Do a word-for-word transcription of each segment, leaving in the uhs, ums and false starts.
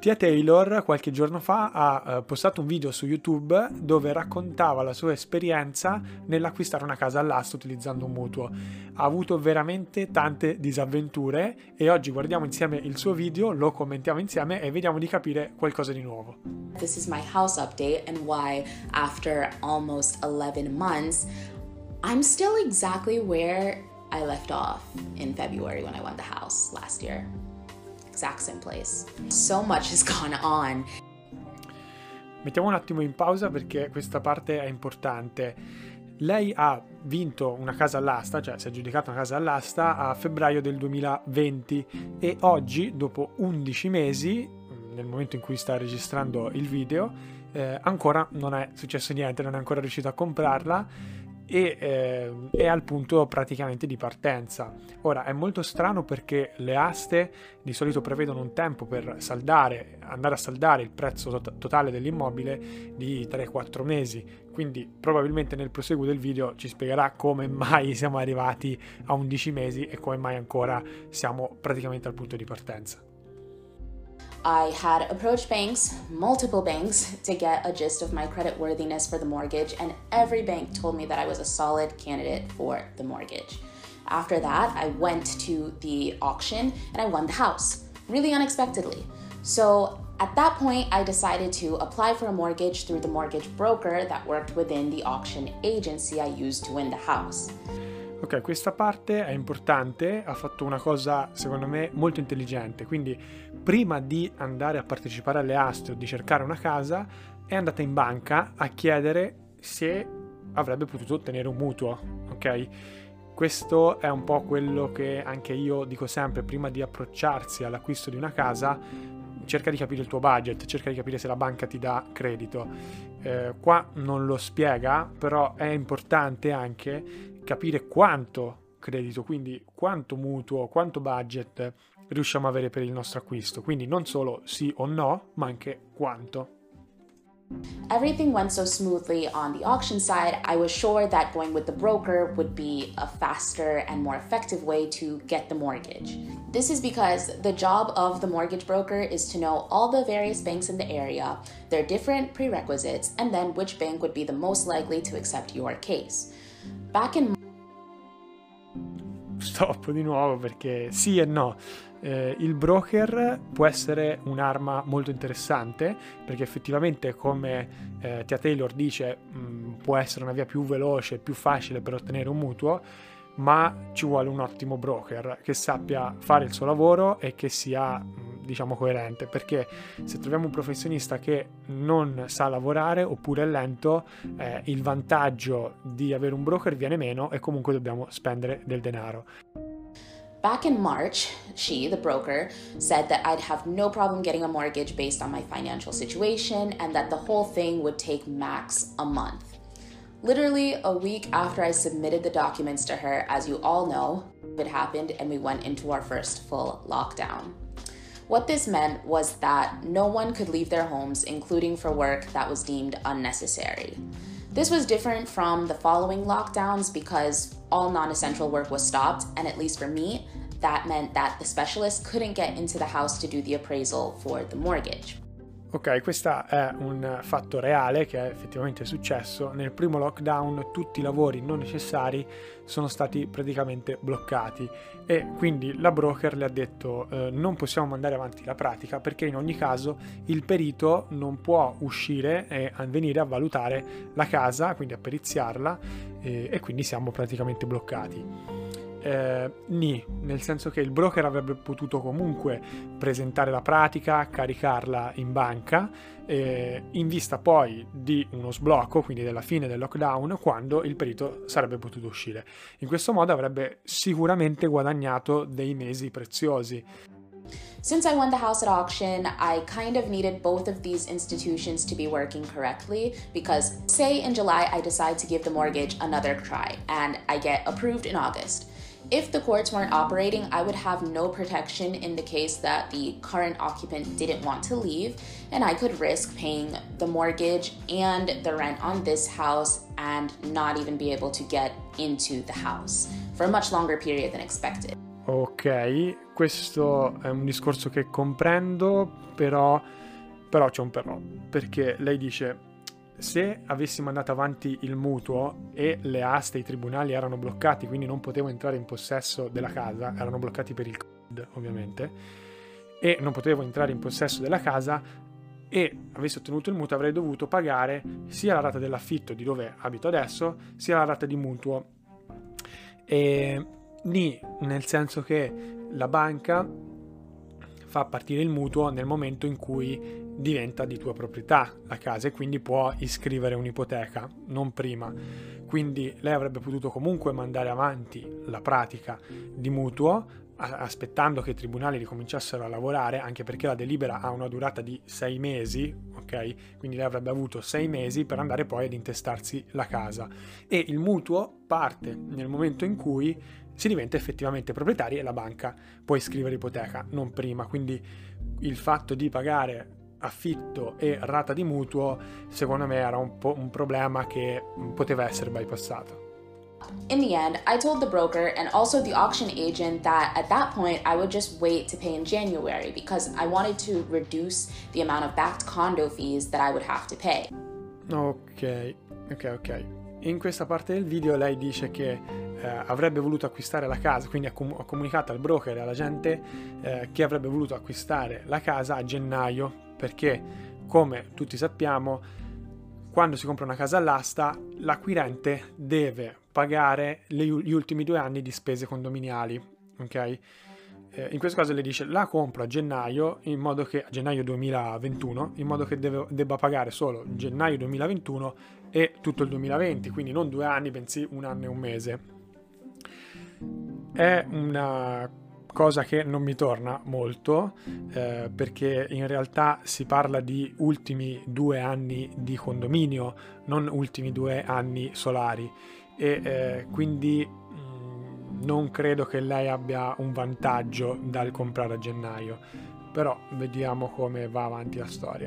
Tia Taylor qualche giorno fa ha postato un video su YouTube dove raccontava la sua esperienza nell'acquistare una casa all'asta utilizzando un mutuo. Ha avuto veramente tante disavventure e oggi guardiamo insieme il suo video, lo commentiamo insieme e vediamo di capire qualcosa di nuovo. This is my house update and why after almost eleven months I'm still exactly where I left off in February when I won the house last year. Exact same place. So much has gone on. Mettiamo un attimo in pausa perché questa parte è importante. Lei ha vinto una casa all'asta, cioè si è aggiudicata una casa all'asta a febbraio del duemilaventi e oggi, dopo undici mesi, nel momento in cui sta registrando il video, eh, ancora non è successo niente, non è ancora riuscito a comprarla e eh, è al punto praticamente di partenza. Ora è molto strano perché le aste di solito prevedono un tempo per saldare, andare a saldare il prezzo tot- totale dell'immobile di tre quattro mesi, quindi probabilmente nel proseguo del video ci spiegherà come mai siamo arrivati a undici mesi e come mai ancora siamo praticamente al punto di partenza. I had approached banks, multiple banks, to get a gist of my credit worthiness for the mortgage, and every bank told me that I was a solid candidate for the mortgage. After that, I went to the auction and I won the house, really unexpectedly. So at that point, I decided to apply for a mortgage through the mortgage broker that worked within the auction agency I used to win the house. Ok, questa parte è importante, ha fatto una cosa secondo me molto intelligente, quindi prima di andare a partecipare alle aste o di cercare una casa è andata in banca a chiedere se avrebbe potuto ottenere un mutuo, ok? Questo è un po' quello che anche io dico sempre, prima di approcciarsi all'acquisto di una casa, cerca di capire il tuo budget, cerca di capire se la banca ti dà credito. Eh, qua non lo spiega, però è importante anche capire quanto credito, quindi quanto mutuo, quanto budget riusciamo a avere per il nostro acquisto. Quindi non solo sì o no, ma anche quanto. Everything went so smoothly on the auction side, I was sure that going with the broker would be a faster and more effective way to get the mortgage. This is because the job of the mortgage broker is to know all the various banks in the area, their different prerequisites, and then which bank would be the most likely to accept your case. Back in Stop di nuovo perché sì e no. Eh, il broker può essere un'arma molto interessante perché effettivamente, come eh, Tia Taylor dice, mh, può essere una via più veloce, più facile per ottenere un mutuo, ma ci vuole un ottimo broker che sappia fare il suo lavoro e che sia, mh, diciamo, coerente, perché se troviamo un professionista che non sa lavorare oppure è lento, eh, il vantaggio di avere un broker viene meno e comunque dobbiamo spendere del denaro. Back in March, she, the broker, said that I'd have no problem getting a mortgage based on my financial situation and that the whole thing would take max a month. Literally a week after I submitted the documents to her, as you all know, it happened and we went into our first full lockdown. What this meant was that no one could leave their homes, including for work that was deemed unnecessary. This was different from the following lockdowns because all non-essential work was stopped, and at least for me, that meant that the specialist couldn't get into the house to do the appraisal for the mortgage. Ok, questo è un fatto reale che è effettivamente successo. Nel primo lockdown tutti i lavori non necessari sono stati praticamente bloccati e quindi la broker le ha detto eh, non possiamo mandare avanti la pratica perché in ogni caso il perito non può uscire e venire a valutare la casa, quindi a periziarla, e, e quindi siamo praticamente bloccati. Eh, ni, nel senso che il broker avrebbe potuto comunque presentare la pratica, caricarla in banca eh, in vista poi di uno sblocco, quindi della fine del lockdown, quando il perito sarebbe potuto uscire. In questo modo avrebbe sicuramente guadagnato dei mesi preziosi. Since I won the house at auction, I kind of needed both of these institutions to be working correctly because say in July I decide to give the mortgage another try and I get approved in August. If the courts weren't operating, I would have no protection in the case that the current occupant didn't want to leave, and I could risk paying the mortgage and the rent on this house and not even be able to get into the house for a much longer period than expected. Ok, questo è un discorso che comprendo, però, però c'è un però, perché lei dice: se avessi mandato avanti il mutuo e le aste e i tribunali erano bloccati, quindi non potevo entrare in possesso della casa, erano bloccati per il Covid ovviamente, e non potevo entrare in possesso della casa e avessi ottenuto il mutuo, avrei dovuto pagare sia la rata dell'affitto di dove abito adesso, sia la rata di mutuo. E Ni, nel senso che la banca fa partire il mutuo nel momento in cui diventa di tua proprietà la casa e quindi può iscrivere un'ipoteca, non prima. Quindi lei avrebbe potuto comunque mandare avanti la pratica di mutuo aspettando che i tribunali ricominciassero a lavorare, anche perché la delibera ha una durata di sei mesi, ok? Quindi lei avrebbe avuto sei mesi per andare poi ad intestarsi la casa e il mutuo parte nel momento in cui si diventa effettivamente proprietari e la banca può iscrivere ipoteca, non prima. Quindi il fatto di pagare affitto e rata di mutuo secondo me era un po' un problema che poteva essere bypassato. In the end, I told the broker and also the auction agent that at that point I would just wait to pay in January because I wanted to reduce the amount of backed condo fees that I would have to pay. Ok, ok, ok. In questa parte del video lei dice che eh, avrebbe voluto acquistare la casa, quindi ha, com- ha comunicato al broker e alla gente eh, che avrebbe voluto acquistare la casa a gennaio, perché come tutti sappiamo quando si compra una casa all'asta l'acquirente deve pagare le, gli ultimi due anni di spese condominiali, ok? Eh, in questo caso le dice la compro a gennaio, in modo che a gennaio duemilaventuno, in modo che deve, debba pagare solo gennaio duemilaventuno e tutto il duemilaventi, quindi non due anni bensì un anno e un mese. È una cosa che non mi torna molto eh, perché in realtà si parla di ultimi due anni di condominio, non ultimi due anni solari e eh, quindi mh, non credo che lei abbia un vantaggio dal comprare a gennaio, però vediamo come va avanti la storia.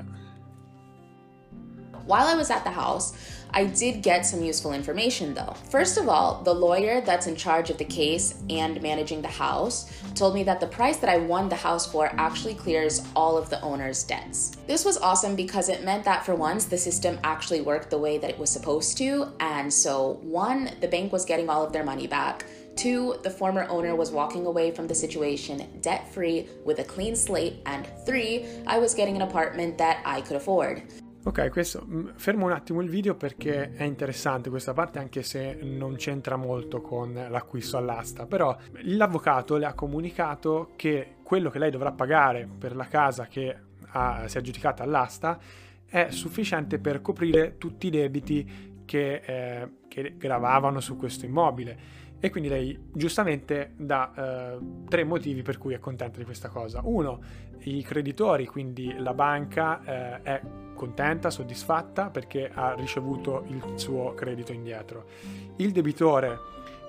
While I was at the house, I did get some useful information though. First of all, the lawyer that's in charge of the case and managing the house told me that the price that I won the house for actually clears all of the owner's debts. This was awesome because it meant that for once the system actually worked the way that it was supposed to, and so one, the bank was getting all of their money back. Two, the former owner was walking away from the situation debt-free with a clean slate, and three, I was getting an apartment that I could afford. Ok, questo, fermo un attimo il video perché è interessante questa parte, anche se non c'entra molto con l'acquisto all'asta, però l'avvocato le ha comunicato che quello che lei dovrà pagare per la casa che ha, si è aggiudicata all'asta è sufficiente per coprire tutti i debiti che, eh, che gravavano su questo immobile. E quindi lei giustamente dà eh, tre motivi per cui è contenta di questa cosa. Uno, i creditori, quindi la banca eh, è contenta, soddisfatta perché ha ricevuto il suo credito indietro. Il debitore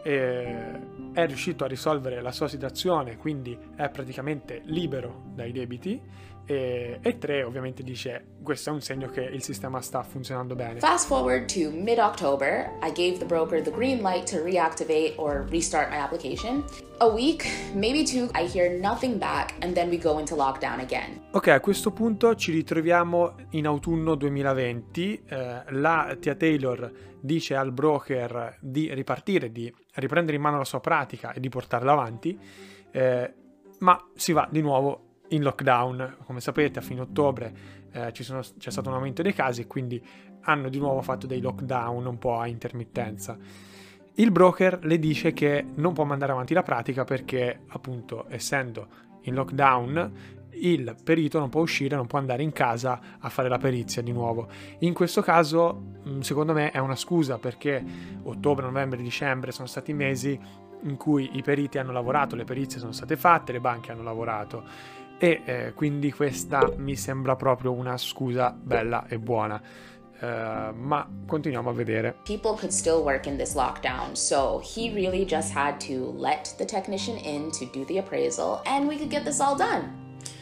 eh, è riuscito a risolvere la sua situazione, quindi è praticamente libero dai debiti. E, e tre, ovviamente dice questo è un segno che il sistema sta funzionando bene. Fast forward to mid-October, I gave the broker the green light to reactivate or restart my application. A week, maybe two, I hear nothing back and then we go into lockdown again. Ok, a questo punto ci ritroviamo in autunno duemilaventi. Eh, la tia Taylor dice al broker di ripartire, di riprendere in mano la sua pratica e di portarla avanti, eh, ma si va di nuovo in lockdown. Come sapete, a fine ottobre eh, ci sono, c'è stato un aumento dei casi e quindi hanno di nuovo fatto dei lockdown un po' a intermittenza. Il broker le dice che non può mandare avanti la pratica perché, appunto, essendo in lockdown, il perito non può uscire, non può andare in casa a fare la perizia di nuovo. In questo caso, secondo me, è una scusa perché ottobre, novembre, dicembre sono stati mesi in cui i periti hanno lavorato, le perizie sono state fatte, le banche hanno lavorato. E eh, quindi questa mi sembra proprio una scusa bella e buona, uh, ma continuiamo a vedere. People could still work in this lockdown, so he really just had to let the technician in to do the appraisal and we could get this all done.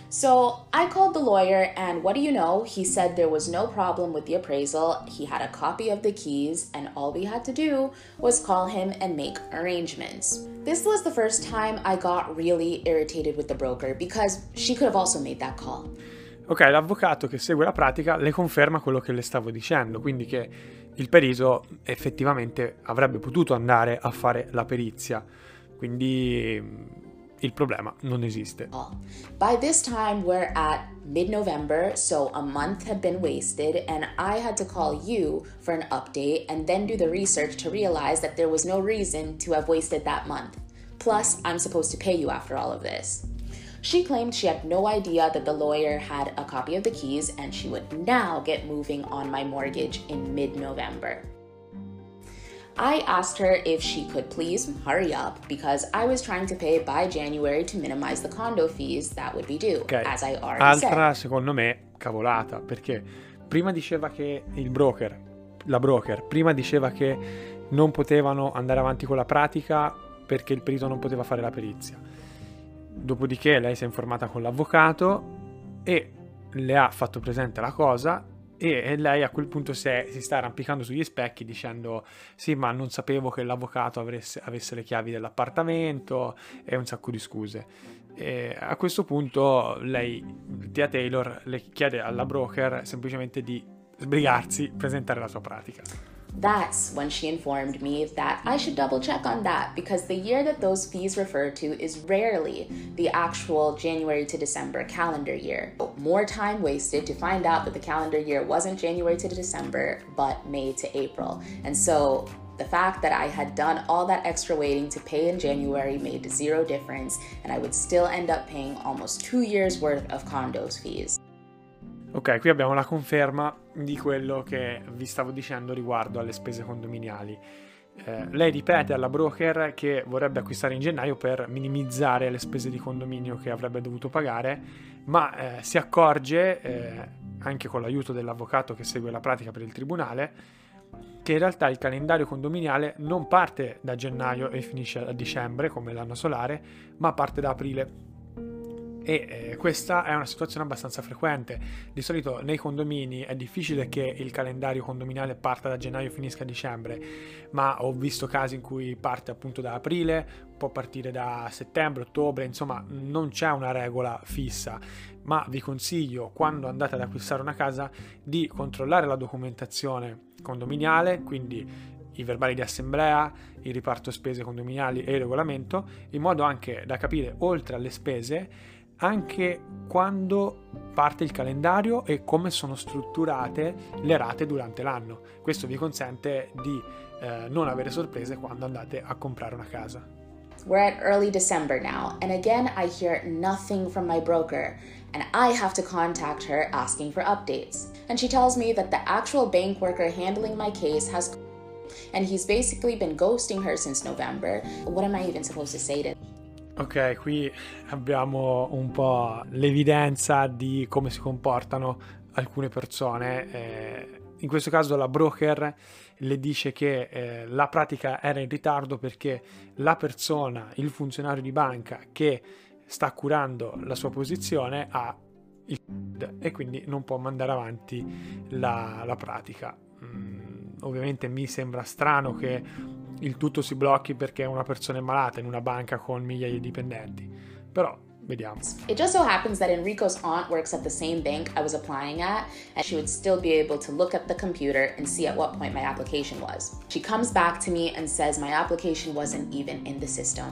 So I called the lawyer, and what do you know? He said there was no problem with the appraisal. He had a copy of the keys, and all we had to do was call him and make arrangements. This was the first time I got really irritated with the broker because she could have also made that call. Ok, l'avvocato che segue la pratica le conferma quello che le stavo dicendo, quindi che il perito effettivamente avrebbe potuto andare a fare la perizia, quindi il problema non esiste. By this time we're at mid-November, so a month had been wasted, and I had to call you for an update and then do the research to realize that there was no reason to have wasted that month. Plus, I'm supposed to pay you after all of this. She claimed she had no idea that the lawyer had a copy of the keys and she would now get moving on my mortgage in mid-November. I asked her if she could please hurry up because I was trying to pay by January to minimize the condo fees that would be due, okay. as I already Altra, said. secondo me, cavolata, perché prima diceva che il broker, la broker, prima diceva che non potevano andare avanti con la pratica perché il perito non poteva fare la perizia. Dopodiché lei si è informata con l'avvocato e le ha fatto presente la cosa e lei a quel punto si, è, si sta arrampicando sugli specchi dicendo sì, ma non sapevo che l'avvocato avesse, avesse le chiavi dell'appartamento e un sacco di scuse. E a questo punto lei, Tia Taylor, le chiede alla broker semplicemente di sbrigarsi, presentare la sua pratica. That's when she informed me that I should double check on that because the year that those fees refer to is rarely the actual January to December calendar year. More time wasted to find out that the calendar year wasn't January to December, but May to April. And so the fact that I had done all that extra waiting to pay in January made zero difference, and I would still end up paying almost two years worth of condos fees. Ok, qui abbiamo la conferma di quello che vi stavo dicendo riguardo alle spese condominiali. Eh, lei ripete alla broker che vorrebbe acquistare in gennaio per minimizzare le spese di condominio che avrebbe dovuto pagare, ma eh, si accorge, eh, anche con l'aiuto dell'avvocato che segue la pratica per il tribunale, che in realtà il calendario condominiale non parte da gennaio e finisce a dicembre come l'anno solare, ma parte da aprile. E eh, questa è una situazione abbastanza frequente. Di solito nei condomini è difficile che il calendario condominiale parta da gennaio e finisca a dicembre, ma ho visto casi in cui parte appunto da aprile, può partire da settembre, ottobre, insomma non c'è una regola fissa, ma vi consiglio, quando andate ad acquistare una casa, di controllare la documentazione condominiale, quindi i verbali di assemblea, il riparto spese condominiali e il regolamento, in modo anche da capire, oltre alle spese, anche quando parte il calendario e come sono strutturate le rate durante l'anno. Questo vi consente di eh, non avere sorprese quando andate a comprare una casa. We're at early December now, and again I hear nothing from my broker, and I have to contact her asking for updates. And she tells me that the actual bank worker handling my case has and he's basically been ghosting her since November. What am I even supposed to say to Ok, qui abbiamo un po' l'evidenza di come si comportano alcune persone. Eh, in questo caso la broker le dice che eh, la pratica era in ritardo perché la persona, il funzionario di banca che sta curando la sua posizione ha il Covid e quindi non può mandare avanti la, la pratica. Mm, ovviamente mi sembra strano che il tutto si blocchi perché una persona è malata in una banca con migliaia di dipendenti, però vediamo. It just so happens that Enrico's aunt works at the same bank I was applying at, and she would still be able to look at the computer and see at what point my application was. She comes back to me and says my application wasn't even in the system.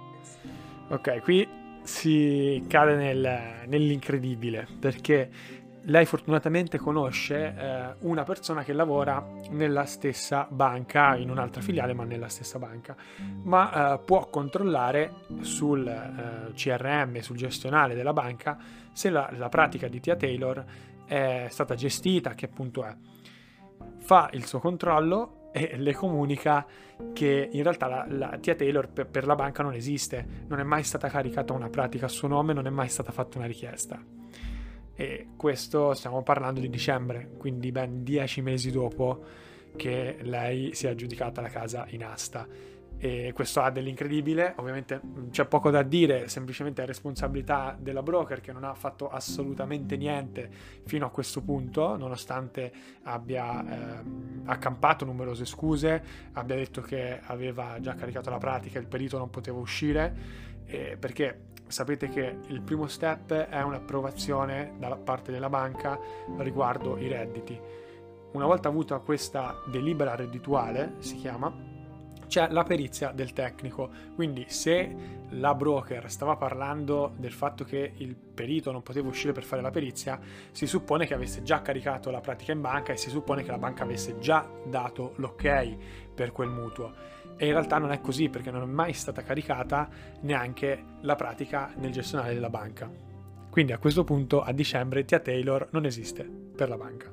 Ok, qui si cade nel, nell'incredibile, perché lei fortunatamente conosce eh, una persona che lavora nella stessa banca, in un'altra filiale ma nella stessa banca, ma eh, può controllare sul eh, C R M, sul gestionale della banca, se la, la pratica di Tia Taylor è stata gestita, che appunto è. Fa il suo controllo e le comunica che in realtà la, la Tia Taylor per, per la banca non esiste, non è mai stata caricata una pratica a suo nome, non è mai stata fatta una richiesta. E questo stiamo parlando di dicembre, quindi ben dieci mesi dopo che lei si è aggiudicata la casa in asta. e questo ha dell'incredibile. Ovviamente c'è poco da dire, semplicemente è responsabilità della broker, che non ha fatto assolutamente niente fino a questo punto, nonostante abbia eh, accampato numerose scuse, abbia detto che aveva già caricato la pratica, il perito non poteva uscire, eh, perché sapete che il primo step è un'approvazione da parte della banca riguardo i redditi. Una volta avuta questa delibera reddituale, si chiama, c'è la perizia del tecnico. Quindi se la broker stava parlando del fatto che il perito non poteva uscire per fare la perizia, si suppone che avesse già caricato la pratica in banca e si suppone che la banca avesse già dato l'ok per quel mutuo. E in realtà non è così, perché non è mai stata caricata neanche la pratica nel gestionale della banca. Quindi a questo punto, a dicembre, Tia Taylor non esiste per la banca.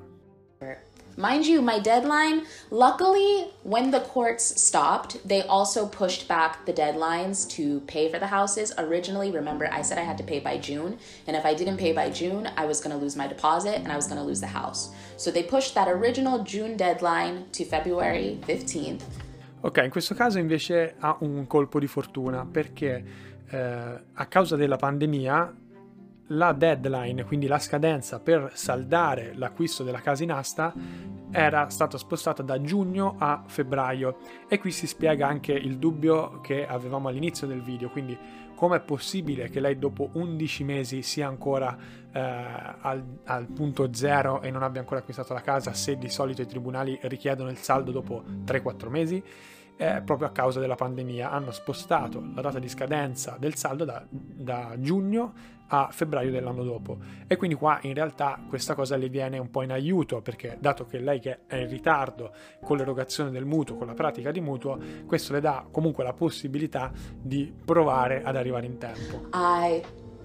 Mind you, my deadline, luckily, when the courts stopped, they also pushed back the deadlines to pay for the houses. Originally, remember, I said I had to pay by June, and if I didn't pay by June, I was going to lose my deposit and I was going to lose the house. So they pushed that original June deadline to February fifteenth. Ok, in questo caso invece ha un colpo di fortuna, perché eh, a causa della pandemia la deadline, quindi la scadenza per saldare l'acquisto della casa in asta, era stata spostata da giugno a febbraio. E qui si spiega anche il dubbio che avevamo all'inizio del video, quindi com'è possibile che lei dopo undici mesi sia ancora eh, al, al punto zero e non abbia ancora acquistato la casa, se di solito i tribunali richiedono il saldo dopo tre quattro mesi. Eh, proprio a causa della pandemia hanno spostato la data di scadenza del saldo da, da giugno a febbraio dell'anno dopo, e quindi qua in realtà questa cosa le viene un po' in aiuto, perché dato che lei che è in ritardo con l'erogazione del mutuo, con la pratica di mutuo, questo le dà comunque la possibilità di provare ad arrivare in tempo. I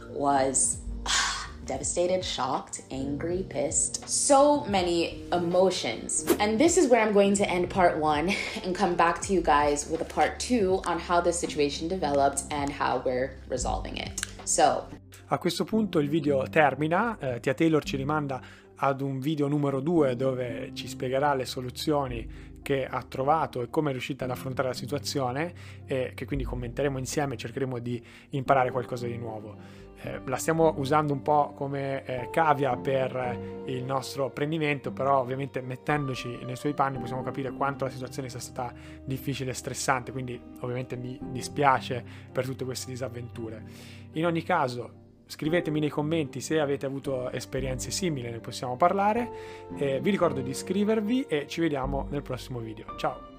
was devastated, shocked, angry, pissed. So many emotions. And this is where I'm going to end part one and come back to you guys with a part two on how this situation developed and how we're resolving it. So, a questo punto il video termina, eh, Tia Taylor ci rimanda ad un video numero due dove ci spiegherà le soluzioni che ha trovato e come è riuscita ad affrontare la situazione, e che quindi commenteremo insieme e cercheremo di imparare qualcosa di nuovo. Eh, la stiamo usando un po' come eh, cavia per il nostro apprendimento, però ovviamente mettendoci nei suoi panni possiamo capire quanto la situazione sia stata difficile e stressante, quindi ovviamente mi dispiace per tutte queste disavventure. In ogni caso, scrivetemi nei commenti se avete avuto esperienze simili, ne possiamo parlare. Eh, vi ricordo di iscrivervi e ci vediamo nel prossimo video. Ciao!